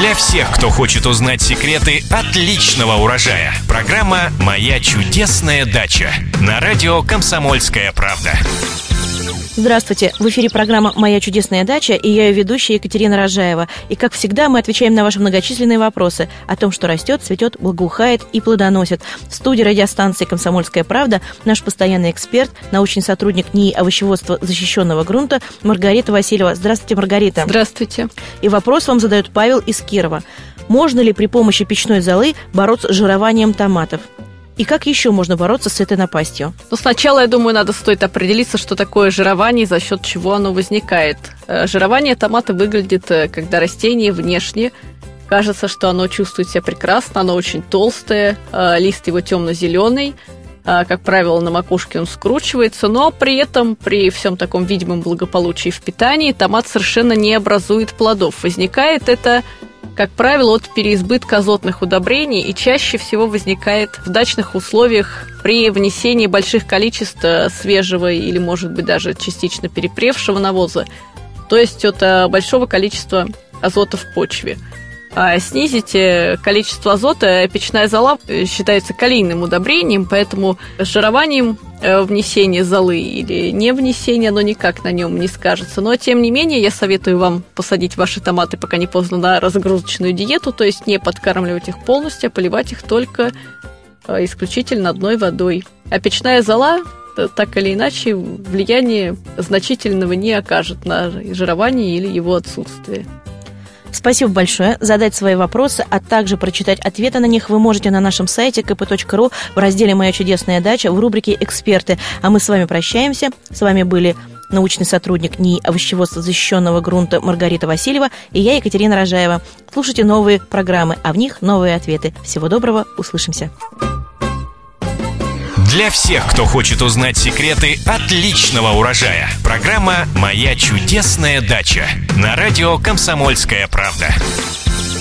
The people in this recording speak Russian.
Для всех, кто хочет узнать секреты отличного урожая. Программа «Моя чудесная дача» на радио «Комсомольская правда». Здравствуйте, в эфире программа «Моя чудесная дача» и я ее ведущая Екатерина Рожаева. И, как всегда, мы отвечаем на ваши многочисленные вопросы о том, что растет, цветет, благоухает и плодоносит. В студии радиостанции «Комсомольская правда» наш постоянный эксперт, научный сотрудник НИИ овощеводства защищенного грунта Маргарита Васильева. Здравствуйте, Маргарита. Здравствуйте. И вопрос вам задает Павел из Кирова. Можно ли при помощи печной золы бороться с жированием томатов? И как еще можно бороться с этой напастью? Сначала, я думаю, стоит определиться, что такое жирование и за счет чего оно возникает. Жирование томата выглядит, когда растение внешне кажется, что оно чувствует себя прекрасно, оно очень толстое, лист его темно-зеленый, как правило, на макушке он скручивается, но при этом, при всем таком видимом благополучии в питании, томат совершенно не образует плодов. Возникает это, как правило, от переизбытка азотных удобрений и чаще всего возникает в дачных условиях при внесении больших количеств свежего или, может быть, даже частично перепревшего навоза, то есть от большого количества азота в почве. Снизить количество азота печная зола считается калийным удобрением, поэтому с жированием внесение золы или не внесение, оно никак на нем не скажется. Но, тем не менее, я советую вам посадить ваши томаты, пока не поздно, на разгрузочную диету, то есть не подкармливать их полностью, а поливать их только исключительно одной водой. А печная зола, так или иначе, влияния значительного не окажет на жирование или его отсутствие. Спасибо большое. Задать свои вопросы, а также прочитать ответы на них вы можете на нашем сайте kp.ru в разделе «Моя чудесная дача» в рубрике «Эксперты». А мы с вами прощаемся. С вами были научный сотрудник НИИ овощеводства защищенного грунта Маргарита Васильева и я, Екатерина Рожаева. Слушайте новые программы, а в них новые ответы. Всего доброго, услышимся. Для всех, кто хочет узнать секреты отличного урожая. Программа «Моя чудесная дача» на радио «Комсомольская правда».